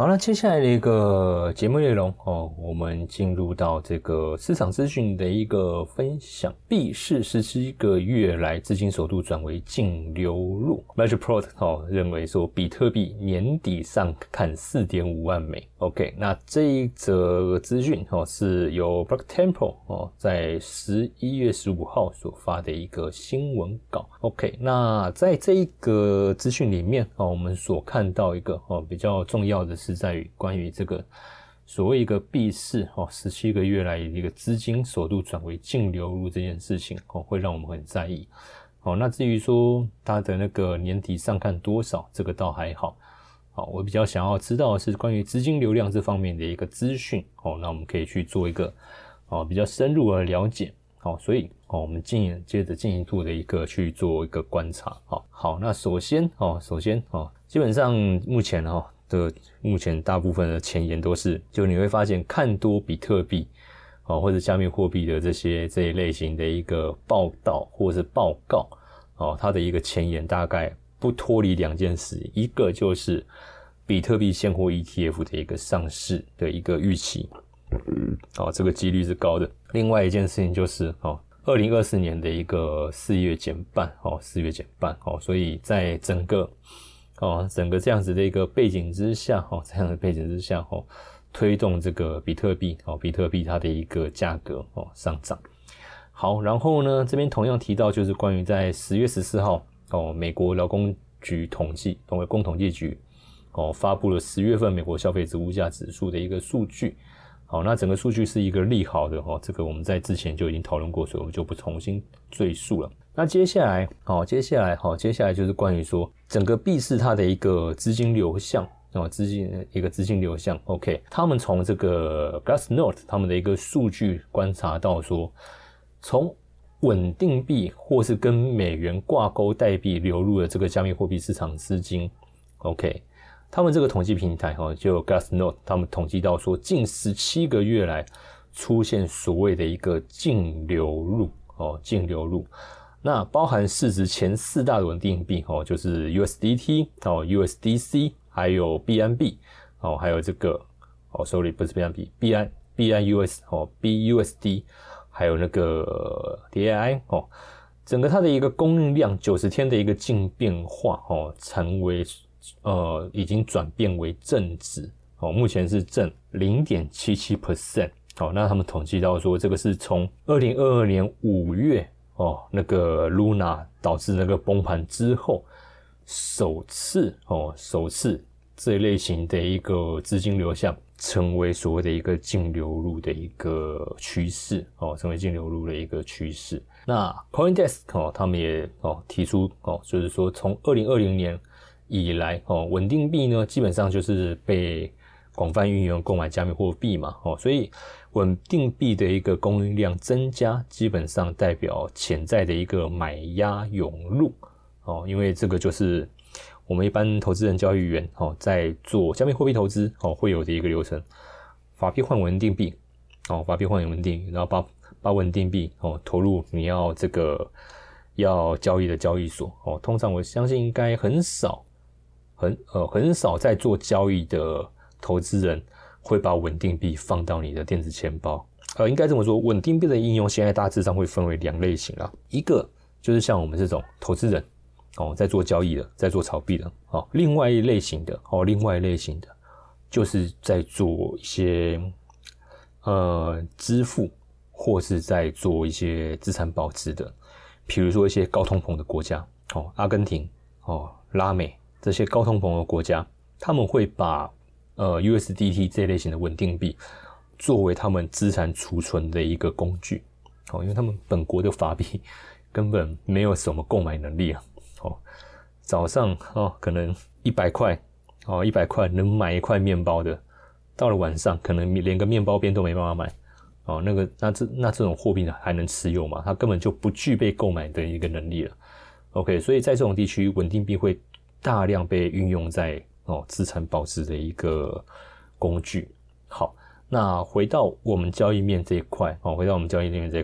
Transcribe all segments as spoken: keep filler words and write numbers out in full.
好，那接下来的一个节目内容哦，我们进入到这个市场资讯的一个分享。币市十七个月来资金首度转为净流入 ，Megaprot 哦认为说比特币年底上看 四点五万枚。OK， 那这一则资讯哦是由 Block Temple 哦在十一月十五号所发的一个新闻稿。OK， 那在这一个资讯里面哦，我们所看到一个哦比较重要的是在于关于这个所谓一个币市哦十七个月来一个资金首度转为净流入这件事情哦，会让我们很在意。哦，那至于说它的那个年底上看多少，这个倒还好。好，我比较想要知道的是关于资金流量这方面的一个资讯哦，那我们可以去做一个哦比较深入的了解。好，所以哦我们进接着进一步的一个去做一个观察。好，好，那首先哦首先哦基本上目前哦的目前大部分的前言都是，就你会发现看多比特币哦或者加密货币的这些这一类型的一个报道或者是报告哦，它的一个前言大概不脱离两件事，一个就是比特币现货 E T F 的一个上市的一个预期，哦，这个几率是高的。另外一件事情就是哦，二零二四年的一个四月减半哦，四月减半哦，所以在整个哦整个这样子的一个背景之下哦，这样的背景之下哦，推动这个比特币哦，比特币它的一个价格哦上涨。好，然后呢，这边同样提到就是关于在十月十四号。哦，美国劳工局统计，美国统计局哦发布了十月份美国消费者物价指数的一个数据。好，那整个数据是一个利好的哦，这个我们在之前就已经讨论过，所以我们就不重新赘述了。那接下来，好，接下来，好，接下来就是关于说整个币市它的一个资金流向哦，资金一个资金流向。OK， 他们从这个 Glassnode 他们的一个数据观察到说，从稳定币或是跟美元挂钩代币流入的这个加密货币市场资金 ，OK， 他们这个统计平台哈，就 Glassnode 他们统计到说，近十七个月来出现所谓的一个净流入哦，净流入，那包含市值前四大的稳定币哦，就是 U S D T 哦 ，U S D C 还有 B N B 哦，还有这个哦 ，sorry 不是 B N B，B N B N U S 哦 ，B U S D。还有那个 D A I 哦，整个它的一个供应量九十天的一个净变化哦，成为呃已经转变为正值哦，目前是正 百分之零点七七 哦，那他们统计到说这个是从二零二二年五月哦那个 Luna 导致那个崩盘之后首次哦首次这一类型的一个资金流向成为所谓的一个净流入的一个趋势哦，成为净流入的一个趋势。那 CoinDesk 哦，他们也哦提出哦，就是说从二零二零年以来哦，稳定币呢基本上就是被广泛运用购买加密货币嘛哦，所以稳定币的一个供应量增加，基本上代表潜在的一个买压涌入哦，因为这个就是我们一般投资人交易员哦，在做加密货币投资哦，会有的一个流程，法币换稳定币哦，法币换稳定币，然后把把稳定币哦投入你要这个要交易的交易所哦。通常我相信应该很少很呃很少在做交易的投资人会把稳定币放到你的电子钱包。呃，应该这么说，稳定币的应用现在大致上会分为两类型啦，一个就是像我们这种投资人。哦，在做交易的，在做炒币的，哦，另外一类型的，哦，另外一类型的，就是在做一些呃支付，或是在做一些资产保值的，比如说一些高通膨的国家，哦，阿根廷，哦，拉美这些高通膨的国家，他们会把呃 U S D T 这类型的稳定币作为他们资产储存的一个工具，哦，因为他们本国的法币根本没有什么购买能力啊。哦，早上哦，可能一百块哦，一百块能买一块面包的，到了晚上可能连个面包边都没办法买哦。那个那这那这种货币呢还能持有吗？它根本就不具备购买的一个能力了。OK， 所以在这种地区，稳定币会大量被运用在哦资产保值的一个工具。好，那回到我们交易面这一块哦，回到我们交易面这一块。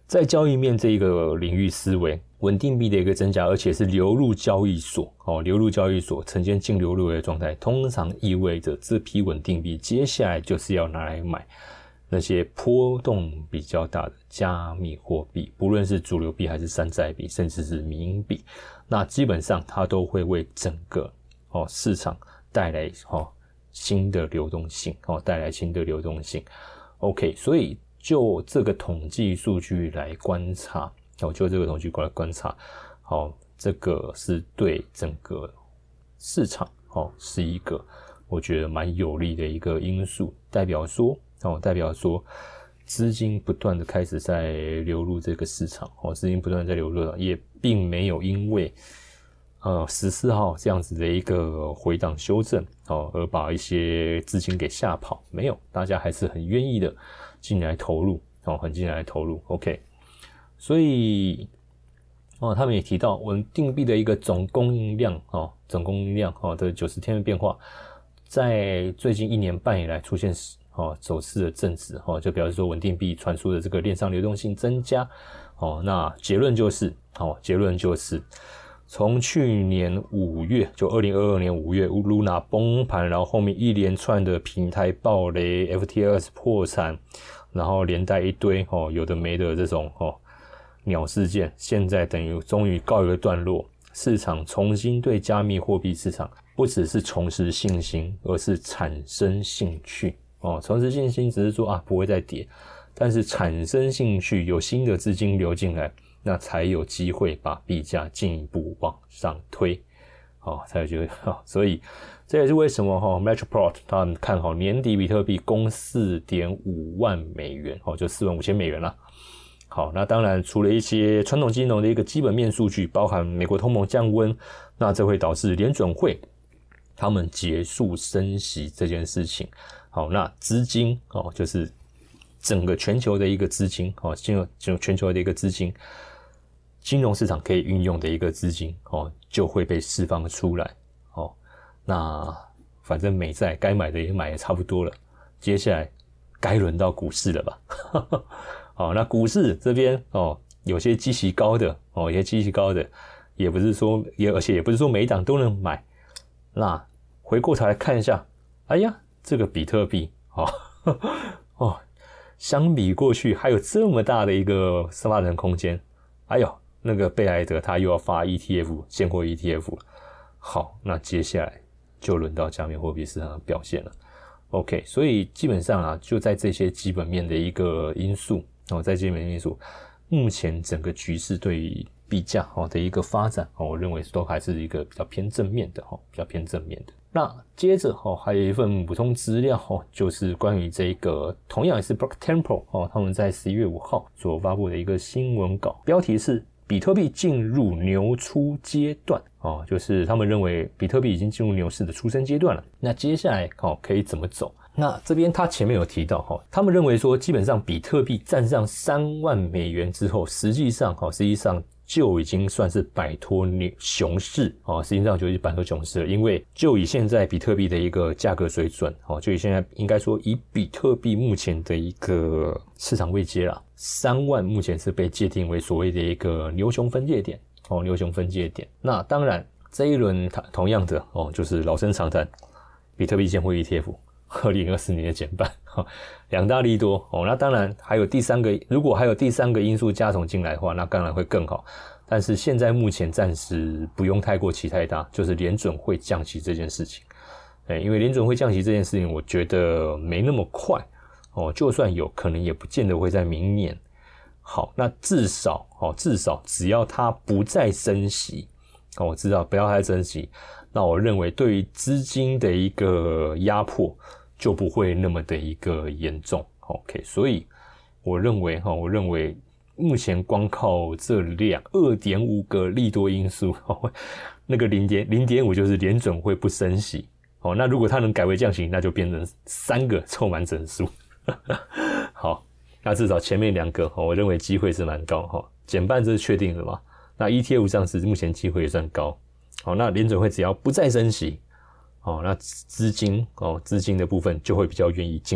在交易面这一个领域思维，稳定币的一个增加，而且是流入交易所，哦，流入交易所呈现净流入的状态，通常意味着这批稳定币接下来就是要拿来买那些波动比较大的加密货币，不论是主流币还是山寨币，甚至是民币，那基本上它都会为整个哦市场带来哦新的流动性，哦带来新的流动性。OK， 所以就这个统计数据来观察，哦，就这个统计来观察，哦，这个是对整个市场，哦，是一个我觉得蛮有利的一个因素，代表说，哦，代表说资金不断的开始在流入这个市场，哦，资金不断的在流入，也并没有因为呃十四号这样子的一个回档修正，哦，而把一些资金给吓跑，没有，大家还是很愿意的进来投入，哦，很进来投入 ，OK， 所以，哦，他们也提到稳定币的一个总供应量，哦，总供应量，哦的九十天的变化，在最近一年半以来出现哦走势的正值，哦，就表示说稳定币传输的这个链上流动性增加，哦，那结论就是，哦，结论就是。从去年五月，就二零二二年五月 Luna 崩盘，然后后面一连串的平台暴雷 F T X 破产，然后连带一堆哦有的没的这种哦鸟事件，现在等于终于告一个段落，市场重新对加密货币市场不只是重拾信心，而是产生兴趣哦。重拾信心只是说啊不会再跌，但是产生兴趣，有新的资金流进来，那才有机会把币价进一步往上推，哦，才有机会。哦，所以这也是为什么哈 Metroport 他们看好年底比特币攻 四点五万美元，哦，就四万五千美元啦。好，那当然除了一些传统金融的一个基本面数据，包含美国通膨降温，那这会导致联准会他们结束升息这件事情。好，那资金哦，就是整个全球的一个资金，哦，进入全球的一个资金。金融市场可以运用的一个资金，哦，就会被释放出来，哦，那反正美债该买的也买也差不多了，接下来该轮到股市了吧？好，那股市这边哦，有些基期高的，哦，有些基期高的，也不是说也而且也不是说每一档都能买，那回过头来看一下，哎呀，这个比特币，哦，哦，相比过去还有这么大的一个发展空间，哎呦。那个贝莱德他又要发 E T F 现货 E T F 了，好，那接下来就轮到加密货币市场的表现了。OK， 所以基本上啊，就在这些基本面的一个因素哦，在基本面因素，目前整个局势对于币价哦的一个发展哦，我认为都还是一个比较偏正面的哈，比较偏正面的。那接着哦，还有一份补充资料哦，就是关于这个同样也是 Block Temple 哦，他们在十一月五号所发布的一个新闻稿，标题是。比特币进入牛出阶段，哦，就是他们认为比特币已经进入牛市的出生阶段了。那接下来哦可以怎么走？那这边他前面有提到哈，他们认为说基本上比特币站上三万美元之后，实际上哈实际上就已经算是摆脱熊市哦，实际上就已经摆脱熊市了，因为就以现在比特币的一个价格水准哦，就以现在应该说以比特币目前的一个市场位阶啦。三万目前是被界定为所谓的一个牛熊分界点哦，牛熊分界点。那当然这一轮同样的哦，就是老生常谈，比特币现货 E T F 二零二四年的减半，哦，两大利多哦。那当然还有第三个，如果还有第三个因素加总进来的话，那当然会更好。但是现在目前暂时不用太过期太大，就是联准会降息这件事情。欸，因为联准会降息这件事情，我觉得没那么快。哦，就算有可能也不见得会在明年。好，那至少哦，至少只要它不再升息，哦，我知道不要再升息，那我认为对于资金的一个压迫就不会那么的一个严重。OK， 所以我认为哈，我认为目前光靠这两 二点五 个利多因素，哦，那个 零点五 就是联准会不升息。哦，那如果它能改为降息，那就变成三个凑满整数。好，那至少前面两个，哦，我认为机会是蛮高哈，减半这是确定的嘛。那 E T F 上市目前机会也算高。好，那联准会只要不再升息，哦，那资金哦资金的部分就会比较愿意进来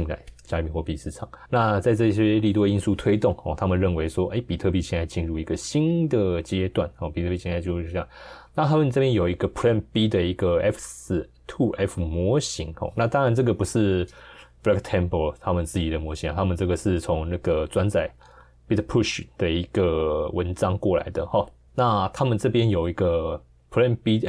加密货币市场。那在这些利多因素推动哦，他们认为说，哎，比特币现在进入一个新的阶段哦，比特币现在就是这样。那他们这边有一个 Plan B 的一个 X 二 F 模型哦，那当然这个不是 Black Temple 他们自己的模型啊，他们这个是从那个转载 BitPush 的一个文章过来的哈、哦。那他们这边有一个 Plan B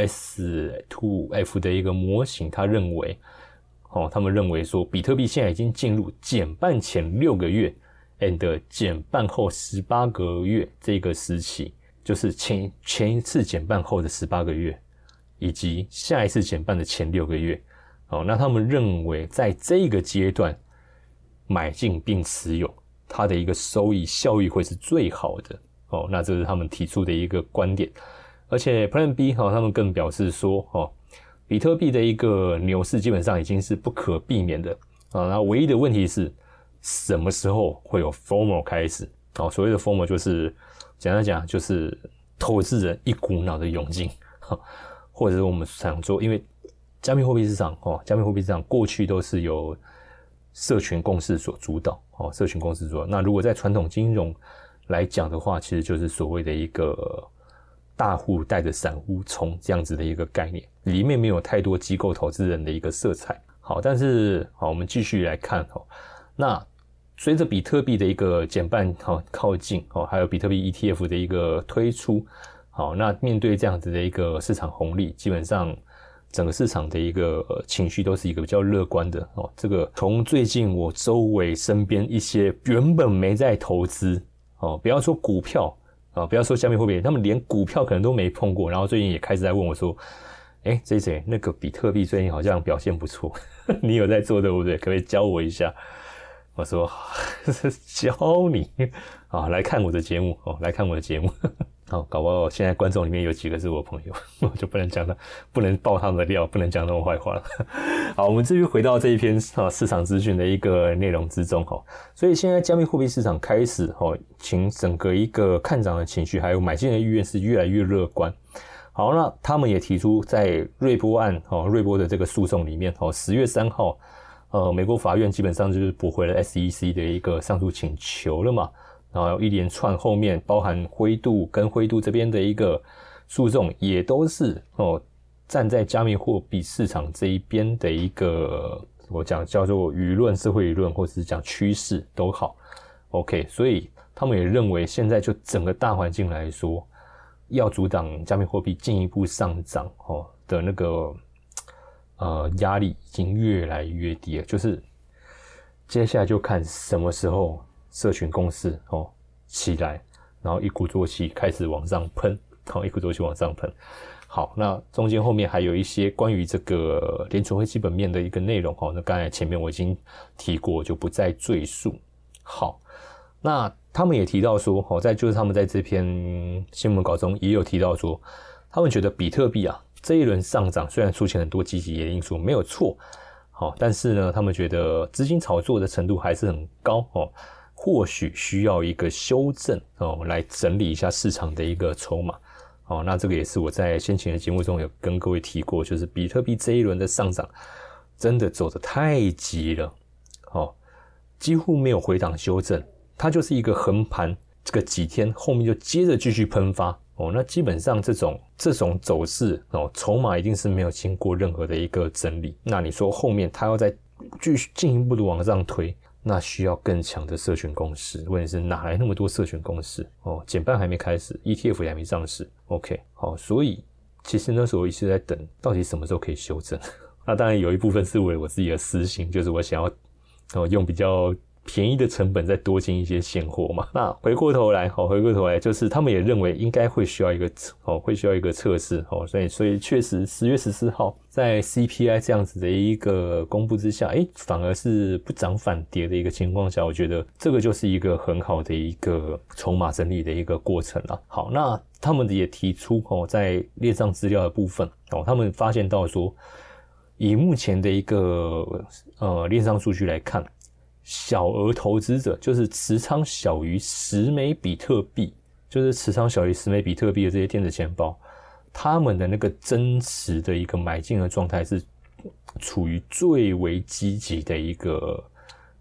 X 二 F 的一个模型，他认为哦，他们认为说，比特币现在已经进入减半前六个月 and 减半后十八个月这个时期，就是前前一次减半后的十八个月，以及下一次减半的前六个月。哦，那他们认为在这个阶段买进并持有，它的一个收益效益会是最好的。哦，那这是他们提出的一个观点。而且 Plan B 哈、哦，他们更表示说，哦，比特币的一个牛市基本上已经是不可避免的啊。那唯一的问题是什么时候会有 FOMO 开始？哦，所谓的 FOMO 就是简单讲就是投资人一股脑的涌进，或者是我们想说，因为加密货币市场哦，加密货币市场过去都是由社群共识所主导哦，社群共识主导。那如果在传统金融来讲的话，其实就是所谓的一个大户带着散户冲这样子的一个概念，里面没有太多机构投资人的一个色彩。好，但是好，我们继续来看哦。那随着比特币的一个减半好靠近哦，还有比特币 E T F 的一个推出，好，那面对这样子的一个市场红利，基本上整个市场的一个情绪都是一个比较乐观的哦。这个从最近我周围身边一些原本没在投资哦，不要说股票啊，不要说加密货币，他们连股票可能都没碰过，然后最近也开始在问我说，哎 ，J J 那个比特币最近好像表现不错，你有在做对不对？可不可以教我一下？我说教你啊，来看我的节目哦，来看我的节目。好，搞不好现在观众里面有几个是我朋友，我就不能讲他，不能爆他们的料，不能讲那种坏话了。好，我们继续回到这一篇啊市场资讯的一个内容之中哈。所以现在加密货币市场开始哈，请整个一个看涨的情绪还有买进的意愿是越来越乐观。好，那他们也提出在瑞波案哦，瑞波的这个诉讼里面哦，十月三号，呃，美国法院基本上就是驳回了 S E C 的一个上诉请求了嘛。然后一连串后面包含灰度跟灰度这边的一个诉讼，也都是哦站在加密货币市场这一边的一个我讲叫做舆论、社会舆论，或者是讲趋势都好。OK， 所以他们也认为现在就整个大环境来说，要阻挡加密货币进一步上涨哦的那个呃压力已经越来越低了，就是接下来就看什么时候社群共识哦起来，然后一鼓作气开始往上喷，好，一鼓作气往上喷。好，那中间后面还有一些关于这个联储会基本面的一个内容哦，那刚才前面我已经提过，就不再赘述。好，那他们也提到说，哦，在就是他们在这篇新闻稿中也有提到说，他们觉得比特币啊这一轮上涨虽然出现很多积极的因素，没有错，好，但是呢，他们觉得资金炒作的程度还是很高哦。或许需要一个修正哦，来整理一下市场的一个筹码哦。那这个也是我在先前的节目中有跟各位提过，就是比特币这一轮的上涨真的走得太急了哦，几乎没有回档修正，它就是一个横盘，这个几天后面就接着继续喷发哦。那基本上这种这种走势哦，筹码一定是没有经过任何的一个整理。那你说后面它要再继续进一步的往上推？那需要更强的社群共识，问题是哪来那么多社群共识哦？减半还没开始 ，E T F 也还没上市 ，OK， 好，所以其实那时候我一直在等，到底什么时候可以修正？那当然有一部分是为了我自己的私心，就是我想要哦用比较便宜的成本再多进一些现货嘛。那回过头来，好，回过头来就是他们也认为应该会需要一个哦，会需要一个测试哦，所以所以确实十月十四号在 C P I 这样子的一个公布之下，诶，反而是不涨反跌的一个情况下，我觉得这个就是一个很好的一个筹码整理的一个过程啦。好，那他们也提出哦，在链上资料的部分哦，他们发现到说，以目前的一个呃链上数据来看。小额投资者就是持仓小于十枚比特币，就是持仓小于十枚比特币的这些电子钱包，他们的那个真实的一个买进的状态是处于最为积极的一个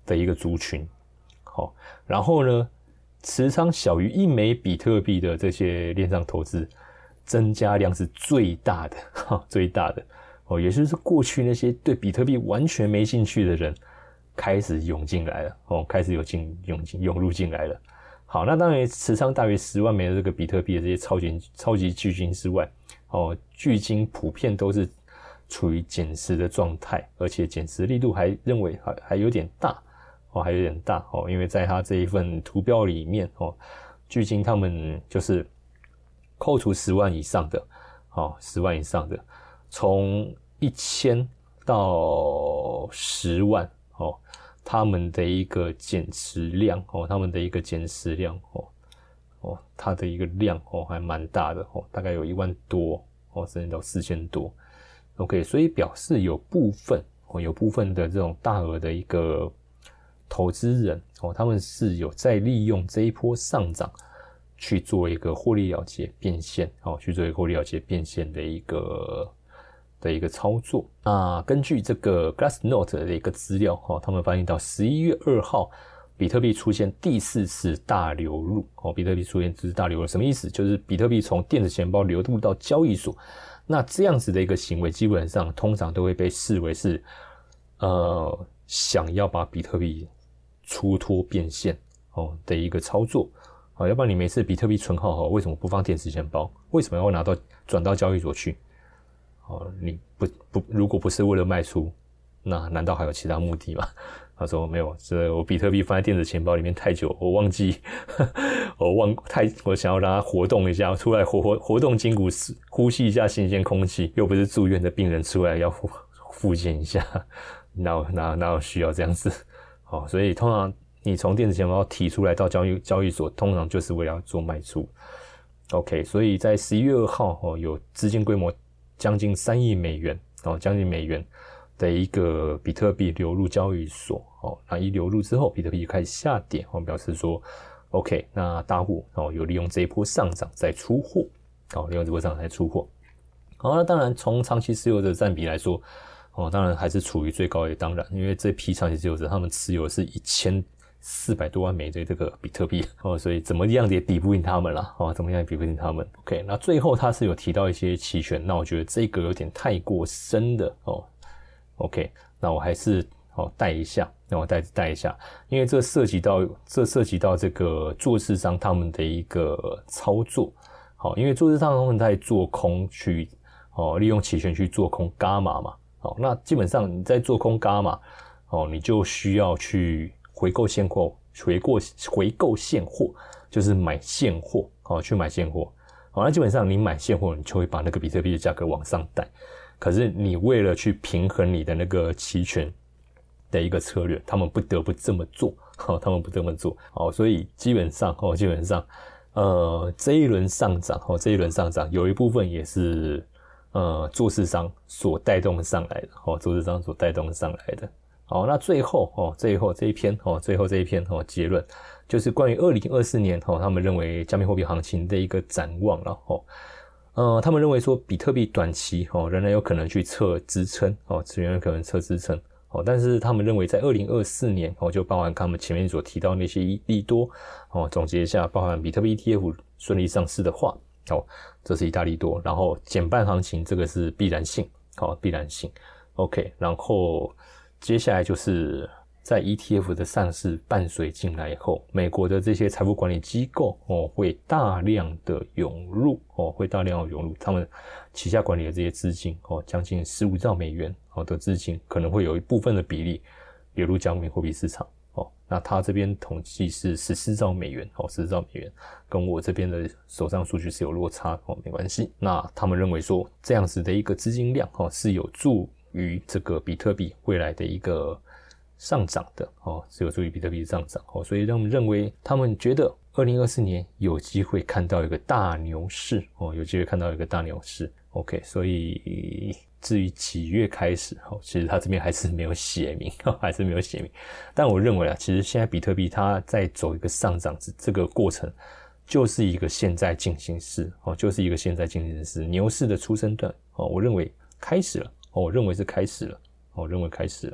的一个族群。好，然后呢，持仓小于一枚比特币的这些链上投资增加量是最大的，最大的哦，也就是过去那些对比特币完全没兴趣的人开始涌进来了哦，开始有进涌进涌入进来了。好，那当然持仓大约十万枚的这个比特币的这些超级超级巨鲸之外，哦，巨鲸普遍都是处于减持的状态，而且减持力度还认为还还有点大哦，还有点大哦，因为在他这一份图表里面哦，巨鲸他们就是扣除十万以上的哦，十万以上的，从一千到十万哦，他们的一个减持量哦，他们的一个减持量哦哦，它的一个量哦还蛮大的哦，大概有一万多哦，甚至到四千多。OK， 所以表示有部分哦，有部分的这种大额的一个投资人哦，他们是有在利用这一波上涨去做一个获利了结变现哦，去做一个获利了结变现的一个的一个操作。那根据这个 Glassnode 的一个资料哦，他们发现到十一月二号，比特币出现第四次大流入哦，比特币出现第四次大流入什么意思？就是比特币从电子钱包流入到交易所。那这样子的一个行为，基本上通常都会被视为是，呃，想要把比特币出脱变现哦的一个操作啊、哦，要不然你每次比特币存好后，为什么不放电子钱包？为什么要拿到转到交易所去？哦，你不不，如果不是为了卖出，那难道还有其他目的吗？他说没有，这我比特币放在电子钱包里面太久，我忘记，我忘太，我想要让它活动一下，出来活活活动筋骨，呼吸一下新鲜空气，又不是住院的病人出来要复复健一下，哪有哪哪有需要这样子？哦，所以通常你从电子钱包提出来到交易交易所，通常就是为了做卖出。OK， 所以在十一月二号哦，有资金规模将近三亿美元哦，将近美元的一个比特币流入交易所哦，那一流入之后，比特币就开始下跌哦，表示说 OK， 那大户哦有利用这一波上涨再出货哦，利用这波上涨再出货。好，那当然从长期持有者占比来说哦，当然还是处于最高的，当然，因为这批长期持有者他们持有的是一千四百多万枚的这个比特币哦，所以怎么样也比不赢他们啦哦，怎么样也比不赢他们。OK， 那最后他是有提到一些期权，那我觉得这个有点太过深的哦。OK， 那我还是哦带一下，那我带带一下，因为这涉及到这涉及到这个做市商他们的一个操作，好，因为做市商他们在做空去哦，利用期权去做空伽马嘛，好，那基本上你在做空伽马哦，你就需要去回购现货，回购回购现货就是买现货，哦，去买现货，好，那基本上你买现货，你就会把那个比特币的价格往上带。可是你为了去平衡你的那个期权的一个策略，他们不得不这么做，哦，他们不这么做，哦，所以基本上，哦，基本上，呃，这一轮上涨，哦，这一轮上涨有一部分也是呃做市商所带动上来的，哦，做市商所带动上来的。好，那最后，哦，最后这一篇，哦，最后这一篇，哦，结论就是关于二零二四年，哦，他们认为加密货币行情的一个展望了，哦。呃，他们认为说，比特币短期哦仍然有可能去测支撑哦，仍然有可能测支撑哦，但是他们认为在二零二四年哦，就包含他们前面所提到那些利多哦，总结一下，包含比特币 E T F 顺利上市的话哦，这是一大利多，然后减半行情这个是必然性，好，必然性 ，OK， 然后接下来就是在 E T F 的上市伴随进来以后，美国的这些财富管理机构哦会大量的涌入哦，会大量的涌入，他们旗下管理的这些资金哦，将近十五兆美元哦的资金，可能会有一部分的比例流入加密货币市场哦。那他这边统计是十四兆美元哦，十四兆美元，跟我这边的手上数据是有落差哦，没关系。那他们认为说这样子的一个资金量哦，是有助于这个比特币未来的一个上涨的哦，是有助于比特币上涨哦，所以让我们认为，他们觉得二零二四年有机会看到一个大牛市哦，有机会看到一个大牛市。OK， 所以至于几月开始哦，其实他这边还是没有写明，还是没有写明。但我认为啊，其实现在比特币它在走一个上涨这个过程，就是一个现在进行式哦，就是一个现在进行式，牛市的初升段哦，我认为开始了哦，我认为是开始了，我认为开始了。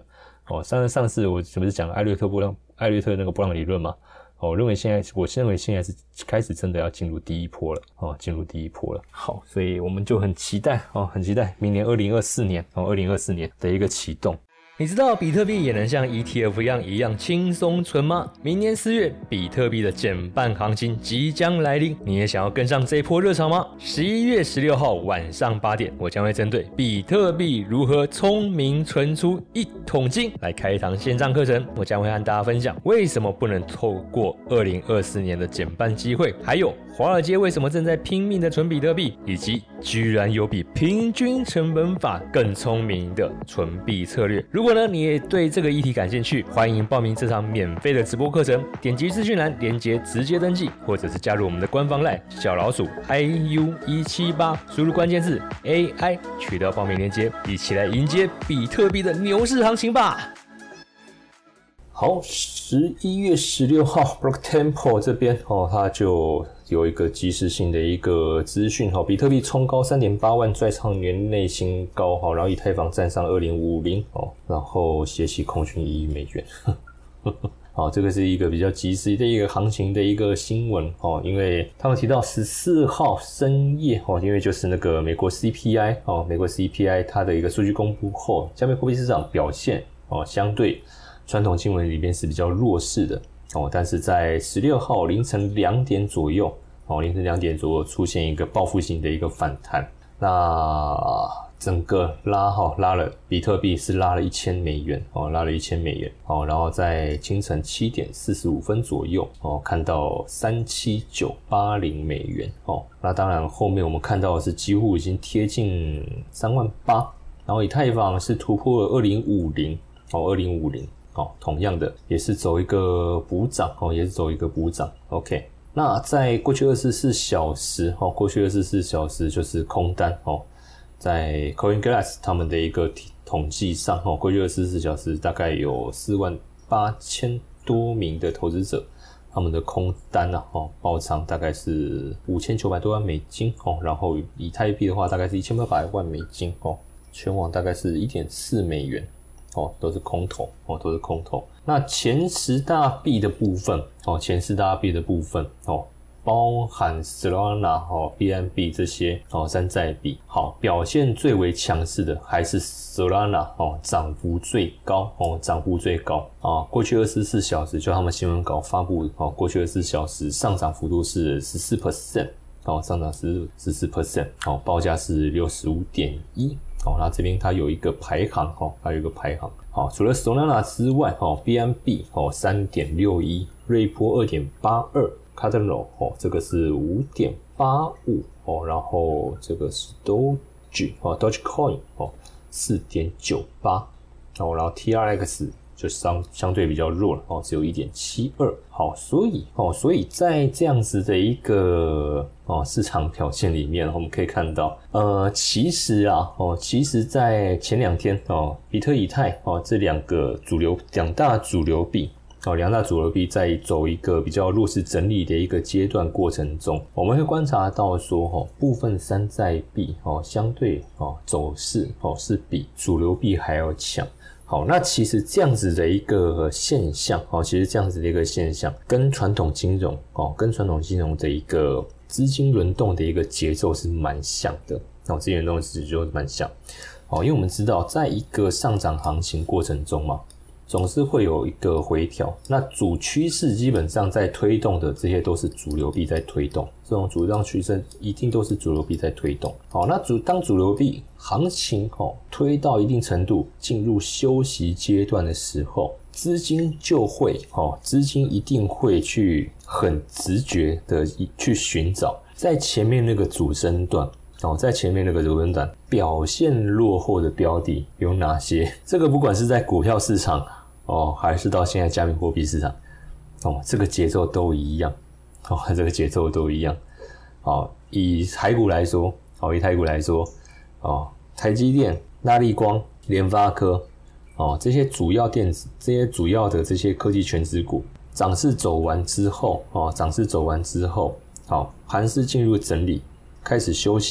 哦，上上次我是不是讲艾略特波浪艾略特那个波浪理论嘛？哦，我认为现在我认为现在是开始真的要进入第一波了哦，进入第一波了。好，所以我们就很期待哦，很期待明年二零二四年哦，二零二四年的一个启动。你知道比特币也能像 E T F 一样一样轻松存吗？明年四月，比特币的减半行情即将来临，你也想要跟上这一波热潮吗？十一月十六号晚上八点，我将会针对比特币如何聪明存出一桶金来开一堂线上课程。我将会和大家分享为什么不能透过二零二四年的减半机会，还有华尔街为什么正在拼命的存比特币，以及居然有比平均成本法更聪明的存币策略。如果呢你也对这个议题感兴趣，欢迎报名这场免费的直播课程，点击资讯栏连结直接登记，或者是加入我们的官方 LINE 小老鼠 I U 一七八，输入关键字 A I 取得报名链接，一起来迎接比特币的牛市行情吧。好，十一月十六号 Block Tempo 这边哦，它就有一个即时性的一个资讯哈，比特币冲高 三点八万，再创年内新高哈，然后以太坊站上二零五零哦，然后携起空军一亿美元。好，这个是一个比较及时的一个行情的一个新闻哦，因为他们提到十四号深夜哦，因为就是那个美国 C P I 哦，美国 C P I 它的一个数据公布后，加密货币市场表现哦，相对传统新闻里面是比较弱势的哦，但是在十六号凌晨两点左右哦，凌晨两点左右出现一个报复性的一个反弹，那整个拉哈拉了比特币是拉了一千美元哦，拉了一千美元哦，然后在清晨七点四十五分左右哦，看到三七九八零美元哦，那当然后面我们看到的是几乎已经贴近三万八，然后以太坊是突破了二零五零哦，二零五零。哦，同样的也是走一个补涨哦，也是走一个补涨。OK， 那在过去二十四小时哦，过去二十四小时就是空单哦，在 CoinGlass 他们的一个统计上哦，过去二十四小时大概有四万八千多名的投资者，他们的空单啊哦，爆仓大概是五千九百多万美金哦，然后以太币的话大概是一千八百万美金哦，全网大概是 一点四美元。哦，都是空头哦，都是空头。那前十大币的部分哦，前十大币的部分哦，包含 Solana 哦、B N B 这些哦山寨币，好，表现最为强势的还是 Solana 哦，涨幅最高哦，涨幅最高啊。过去二十四小时，就他们新闻稿发布哦，过去二十四小时上涨幅度是 百分之十四 哦，上涨是 百分之十四 哦，报价是 六十五点一。哦，那这边它有一个排行哦，它有一个排行。好，除了 Solana 之外，哦 ，B N B 哦 三点六一， 瑞波 二点八二， Cardano 哦，这个是 五点八五 哦，然后这个是 Doge 哦 ，Dogecoin 哦 四点九八 哦，然后 T R X 就相相对比较弱了哦，只有 一点七二。好，所以哦，所以在这样子的一个哦市场表现里面，我们可以看到，呃，其实啊，哦，其实在前两天哦，比特以太哦这两个主流两大主流币。哦，两大主流币在走一个比较弱势整理的一个阶段过程中，我们会观察到说，哦，部分山寨币哦相对哦走势哦是比主流币还要强。好，那其实这样子的一个现象，哦，其实这样子的一个现象，跟传统金融，哦，跟传统金融的一个资金轮动的一个节奏是蛮像的，哦，资金轮动的节奏是蛮像，哦，因为我们知道，在一个上涨行情过程中嘛，总是会有一个回调，那主趋势基本上在推动的这些都是主流币在推动，这种主张趋势一定都是主流币在推动。好，那主当主流币行情哦推到一定程度进入休息阶段的时候，资金就会哦资金一定会去很直觉的去寻找在前面那个主升段。哦，在前面那个主升段表现落后的标的有哪些？这个不管是在股票市场哦，还是到现在加密货币市场，哦，这个节奏都一样，哦，这个节奏都一样。哦，以台股来说，哦，以台股来说，哦，台积电、大立光、联发科，哦，这些主要电子、这些主要的这些科技权值股，涨势走完之后，哦，涨势走完之后，好，盘势进入整理。开始休息，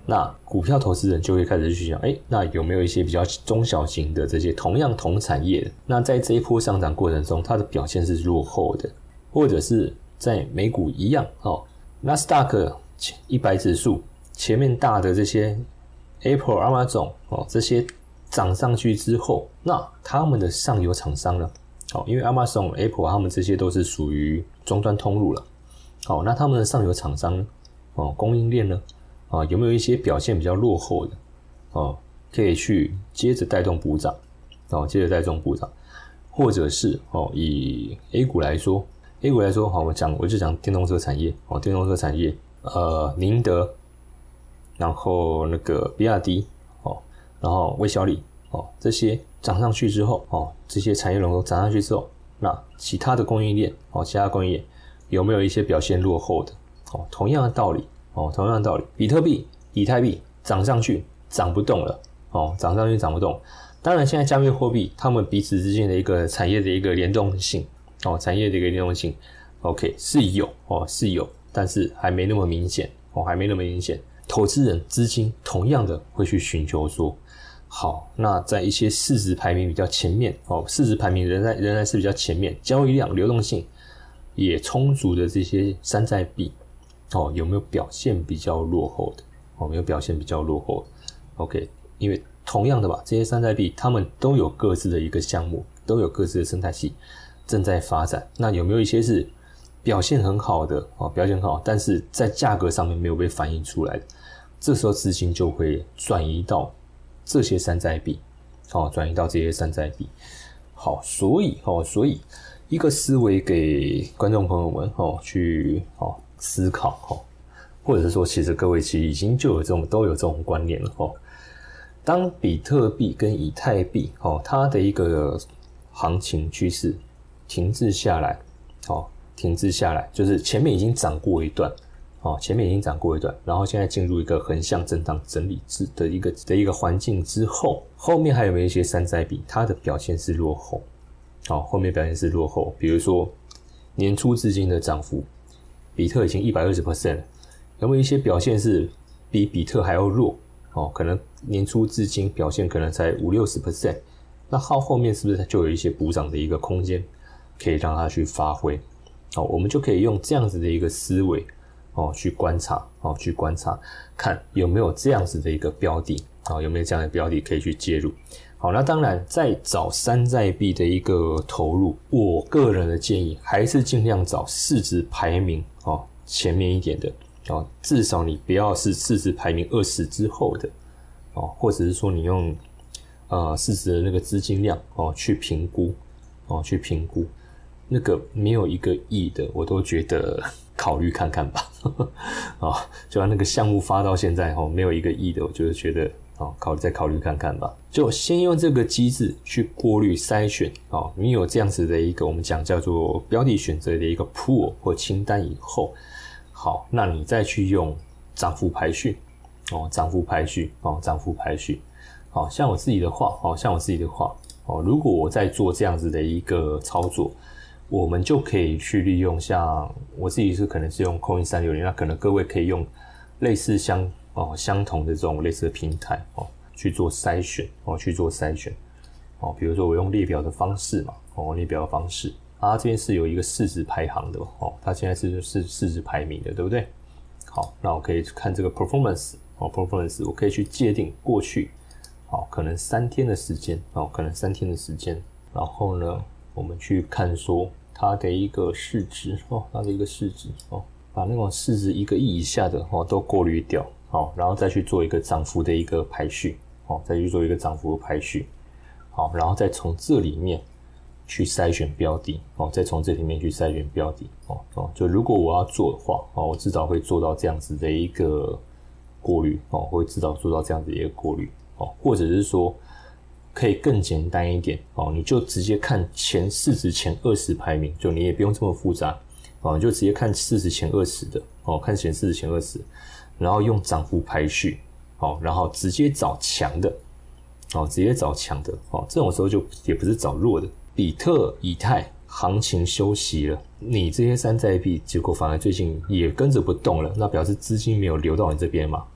那股票投资人就会开始去想，哎，那有没有一些比较中小型的这些同样同产业的，那在这一波上涨过程中，它的表现是落后的，或者是在美股一样哦，纳斯达克一百指数前面大的这些 Apple、Amazon 哦这些涨上去之后，那他们的上游厂商呢？哦，因为 Amazon、Apple 他们这些都是属于终端通路了。好、哦，那他们的上游厂商呢？哦，供应链呢？啊、哦，有没有一些表现比较落后的？哦，可以去接着带动补涨，哦，接着带动补涨，或者是哦，以 A 股来说 ，A 股来说，好，我讲我就讲电动车产业，哦，电动车产业，呃，宁德，然后那个比亚迪，哦，然后威小李，哦，这些涨上去之后，哦，这些产业龙头涨上去之后，那其他的供应链，哦，其他供应链有没有一些表现落后的？哦，同样的道理，哦，同样的道理，比特币、以太币涨上去，涨不动了，哦，涨上去涨不动。当然，现在加密货币它们彼此之间的一个产业的一个联动性，哦，产业的一个联动性 ，OK 是有，哦，是有，但是还没那么明显，哦，还没那么明显。投资人资金同样的会去寻求说，好，那在一些市值排名比较前面，哦，市值排名仍然仍然是比较前面，交易量、流动性也充足的这些山寨币。哦，有没有表现比较落后的？哦，没有表现比较落后的 ？OK， 因为同样的吧，这些山寨币他们都有各自的一个项目，都有各自的生态系正在发展。那有没有一些是表现很好的？哦，表现很好，但是在价格上面没有被反映出来的？这时候资金就会转移到这些山寨币，哦，转移到这些山寨币。好，所以哦，所以一个思维给观众朋友们哦去哦。思考哦，或者是说，其实各位其实已经就有这种都有这种观念了哦。当比特币跟以太币哦，它的一个行情趋势停滞下来，哦，停滞下来，就是前面已经涨过一段，哦，前面已经涨过一段，然后现在进入一个横向震荡整理之的一个的一个环境之后，后面还有没有一些山寨币，它的表现是落后，哦，后面表现是落后，比如说年初至今的涨幅。比特已经 百分之一百二十 了，有没有一些表现是比比特还要弱？哦，可能年初至今表现可能才五六十 percent， 那到后面是不是就有一些补涨的一个空间，可以让它去发挥？哦，我们就可以用这样子的一个思维哦去观察，哦去观察，看有没有这样子的一个标的，哦有没有这样的标的可以去介入？好，那当然在找山寨币的一个投入，我个人的建议还是尽量找市值排名哦前面一点的哦，至少你不要是市值排名二十之后的哦，或者是说你用呃市值的那个资金量哦去评估哦去评估，那个没有一个亿的，我都觉得考虑看看吧哦，就像那个项目发到现在哦没有一个亿的，我就是觉得。哦，考再考虑看看吧。就先用这个机制去过滤筛选。哦，你有这样子的一个我们讲叫做标的选择的一个 pool 或清单以后，好，那你再去用涨幅排序。哦，涨幅排序。哦，涨幅排序。好，像我自己的话，哦，像我自己的话，哦，如果我在做这样子的一个操作，我们就可以去利用像我自己是可能是用 Coin 三六零，那可能各位可以用类似相。哦，相同的这种类似的平台哦，去做筛选哦，去做筛选哦。比如说我用列表的方式嘛，哦，列表的方式啊，它这边是有一个市值排行的哦，它现在是是市值排名的，对不对？好，那我可以看这个 performance 哦 ，performance 我可以去界定过去，好，可能三天的时间哦，可能三天的时间，然后呢，我们去看说它的一个市值哦，它的一个市值哦，把那种市值一个亿以下的哦都过滤掉。好，然后再去做一个涨幅的一个排序，好，再去做一个涨幅的排序，好，然后再从这里面去筛选标的，哦，再从这里面去筛选标的，哦哦，就如果我要做的话，哦，我至少会做到这样子的一个过滤，哦，会至少做到这样子的一个过滤，哦，或者是说可以更简单一点，哦，你就直接看前市值前二十排名，就你也不用这么复杂，哦，你就直接看市值前二十的，哦，看前市值前二十。然后用涨幅排序，哦，然后直接找强的，哦，直接找强的，哦，这种时候就也不是找弱的。比特、以太行情休息了，你这些山寨币结果反而最近也跟着不动了，那表示资金没有流到你这边嘛，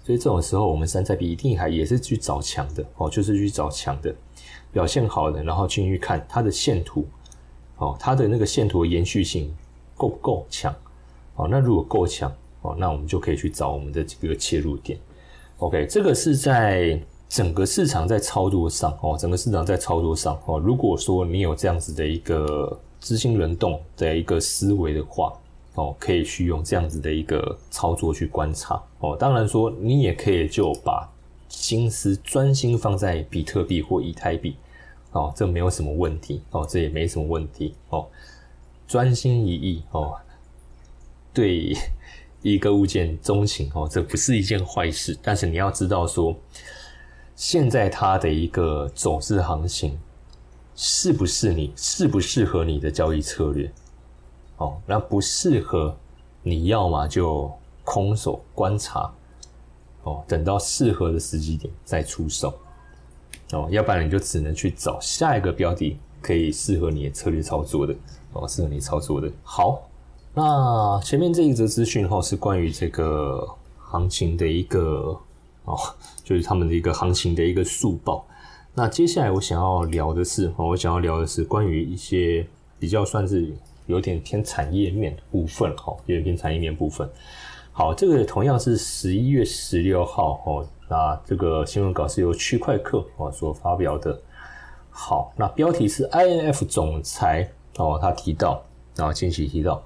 所以这种时候我们山寨币一定还也是去找强的哦，就是去找强的表现好的，然后进去看它的线图哦，它的那个线图的延续性够不够强哦？那如果够强哦，那我们就可以去找我们的这个切入点。OK， 这个是在整个市场在操作上哦，整个市场在操作上哦，如果说你有这样子的一个资金轮动的一个思维的话哦，可以去用这样子的一个操作去观察哦。当然说你也可以就把心思专心放在比特币或以太币哦，这没有什么问题哦，这也没什么问题哦。专心一意哦，对一个物件钟情哦，这不是一件坏事。但是你要知道说，现在它的一个走势行情是不是你适不适合你的交易策略？哦，那不适合，你要嘛就空手观察，哦，等到适合的时机点再出手，哦，要不然你就只能去找下一个标的可以适合你的策略操作的，哦，适合你操作的。好，那前面这一则资讯哈是关于这个行情的一个哦，就是他们的一个行情的一个速报。那接下来我想要聊的是，哦，我想要聊的是关于一些比较算是有点偏产业面的部分，有点偏产业面部分。好，这个同样是十一月十六号，那这个新闻稿是由区块客所发表的。好，那标题是 I M F 总裁他提到，然后近期提到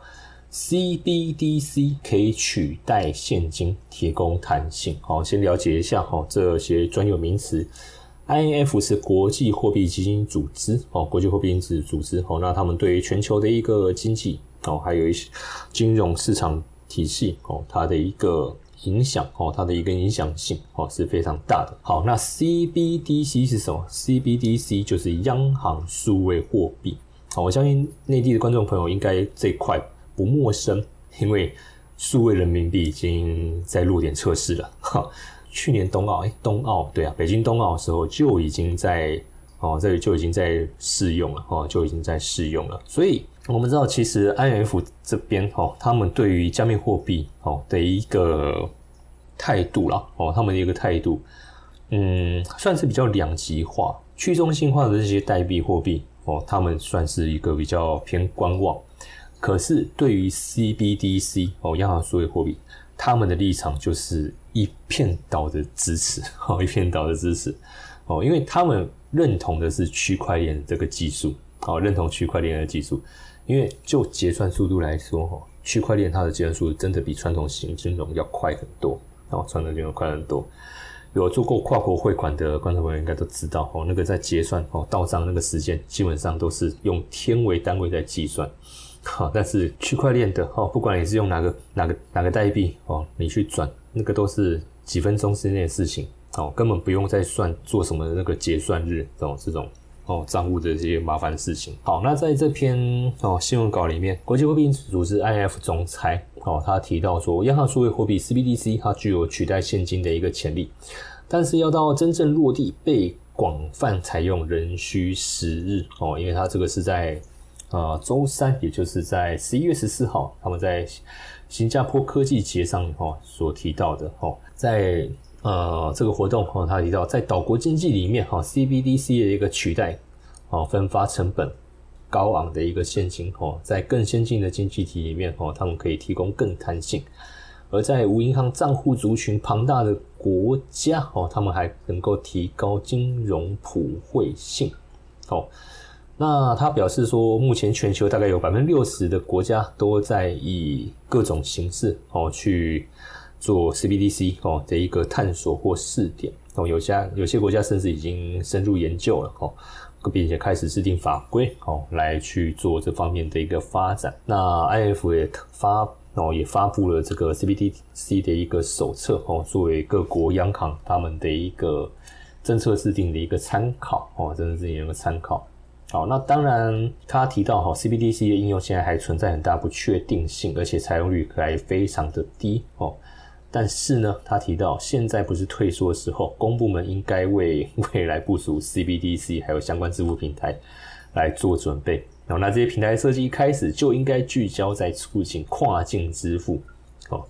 C B D C 可以取代现金，提供弹性。好，先了解一下这些专有名词。I M F 是国际货币基金组织哦，国际货币基金组织哦，那他们对于全球的一个经济哦，还有一些金融市场体系哦，它的一个影响哦，它的一个影响性哦是非常大的。好，那 C B D C 是什么 ？C B D C 就是央行数位货币。好，我相信内地的观众朋友应该这一块不陌生，因为数位人民币已经在落点测试了。哈。去年冬奥，哎，冬奥对啊，北京冬奥的时候就已经在哦，这里就已经在试用了哦，就已经在试用了。所以我们知道，其实 I M F 这边哦，他们对于加密货币哦的一个态度啦，哦，他们的一个态度，嗯，算是比较两极化、去中心化的这些代币货币哦，他们算是一个比较偏观望。可是对于 C B D C 哦，央行数位货币，他们的立场就是一片倒的支持，一片倒的支持，因为他们认同的是区块链这个技术，认同区块链的技术，因为就结算速度来说，区块链它的结算速度真的比传统型金融要快很多，传统金融快很多。有做过跨国汇款的观众朋友应该都知道，那个在结算到账那个时间，基本上都是用天为单位在计算。好，但是区块链的哦，不管你是用哪个哪个哪个代币哦，你去转那个都是几分钟之内的事情哦，根本不用再算做什么那个结算日这种这种哦账务的这些麻烦的事情。好，那在这篇哦新闻稿里面，国际货币组织 I M F 总裁哦，他提到说，央行数位货币 C B D C 它具有取代现金的一个潜力，但是要到真正落地被广泛采用，仍需时日哦，因为它这个是在。呃，周三，也就是在十一月十四号，他们在新加坡科技节上哦所提到的哦，在呃这个活动哦，他提到在岛国经济里面哈、哦、，C B D C 的一个取代哦，分发成本高昂的一个现金哦，在更先进的经济体里面哦，他们可以提供更弹性，而在无银行账户族群庞大的国家哦，他们还能够提高金融普惠性哦。那他表示说，目前全球大概有 百分之六十 的国家都在以各种形式哦去做 C B D C 哦的一个探索或试点哦，有些有些国家甚至已经深入研究了哦，并且开始制定法规哦来去做这方面的一个发展。那 I M F 也发哦也发布了这个 C B D C 的一个手册哦，作为各国央行他们的一个政策制定的一个参考哦，政策制定的一个参考。好，那当然他提到 C B D C 的应用现在还存在很大不确定性，而且采用率还非常的低哦。但是呢，他提到现在不是退缩的时候，公部门应该为未来部署 C B D C 还有相关支付平台来做准备。哦，那这些平台设计一开始就应该聚焦在促进跨境支付哦，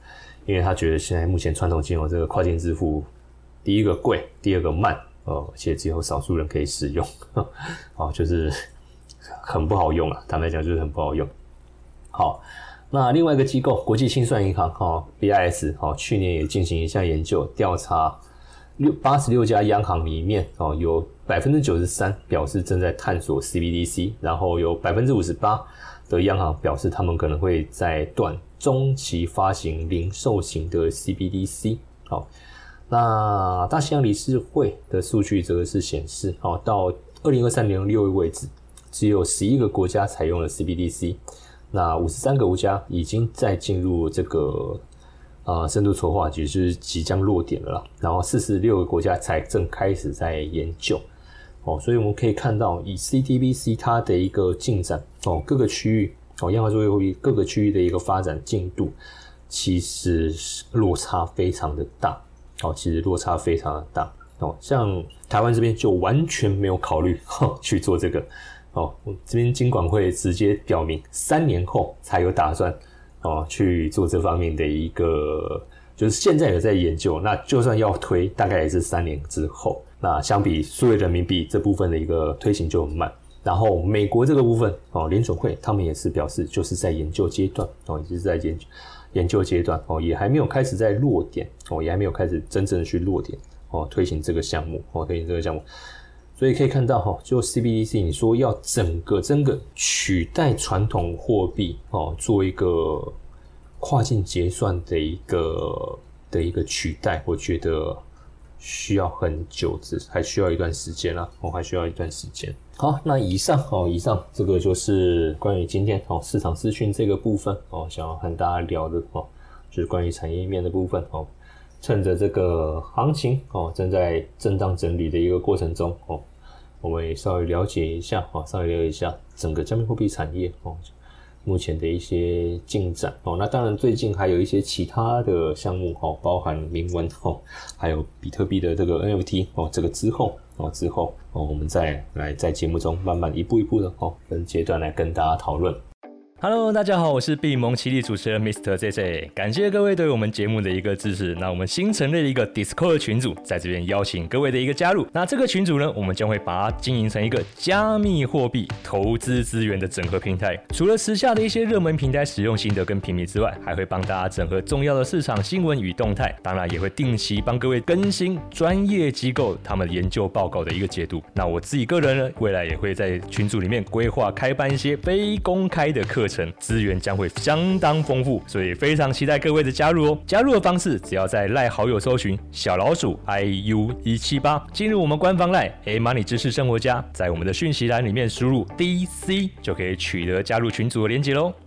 因为他觉得现在目前传统金融这个跨境支付，第一个贵，第二个慢，呃，而且只有少数人可以使用，哦，就是很不好用啊，坦白讲就是很不好用。好，那另外一个机构国际清算银行哦 B I S 哦，去年也进行一项研究调查，八十六家央行里面哦，有 百分之九十三 表示正在探索 C B D C， 然后有 百分之五十八 的央行表示他们可能会在短中期发行零售型的 C B D C。 好，那大西洋理事会的数据则是显示，哦，到二零二三年六月为止，只有十一个国家采用了 C B D C， 那五十三个国家已经在进入这个呃深度筹划，也就是即将落点了啦，然后四十六个国家才正开始在研究。哦，所以我们可以看到，以 C T B C 它的一个进展，哦，各个区域，哦，央行作业货币各个区域的一个发展进度，其实落差非常的大，哦，其实落差非常的大，哦，像台湾这边就完全没有考虑呵去做这个，哦，这边金管会直接表明三年后才有打算，哦，去做这方面的一个，就是现在有在研究，那就算要推，大概也是三年之后。那相比数位人民币这部分的一个推行就很慢，然后美国这个部分哦，联准会他们也是表示就是在研究阶段哦，也是在研究研究阶段哦，也还没有开始在落点哦，也还没有开始真正的去落点哦，推行这个项目哦，推行这个项目，所以可以看到哈，就 C B D C 你说要整个真的取代传统货币哦，做一个跨境结算的一个的一个取代，我觉得需要很久，还需要一段时间啦，哦，还需要一段时间。好，那以上哦，以上这个就是关于今天哦市场资讯这个部分哦，想要和大家聊的哦，就是关于产业面的部分哦。趁着这个行情哦正在震荡整理的一个过程中哦，我们也稍微了解一下哦，稍微了解一下整个加密货币产业哦。目前的一些进展哦，那当然最近还有一些其他的项目哦，包含铭文哦，还有比特币的这个 N F T 哦，这个之后哦之后哦，我们再来在节目中慢慢一步一步的哦分阶段来跟大家讨论。 Hello， 大家好，我是币蒙奇力主持人 Mister J J， 感谢各位对我们节目的一个支持。那我们新成立了一个 Discord 群组，在这边邀请各位的一个加入。那这个群组呢，我们将会把它经营成一个加密货币投资资源的整合平台。除了时下的一些热门平台使用心得跟评比之外，还会帮大家整合重要的市场新闻与动态。当然，也会定期帮各位更新专业机构他们研究报告的一个解读。那我自己个人呢，未来也会在群组里面规划开办一些非公开的课程。资源将会相当丰富，所以非常期待各位的加入哦。加入的方式只要在 LINE 好友搜寻小老鼠 I U 一七八， 进入我们官方 LINE A Money 知识生活家，在我们的讯息栏里面输入 D C 就可以取得加入群组的连结咯。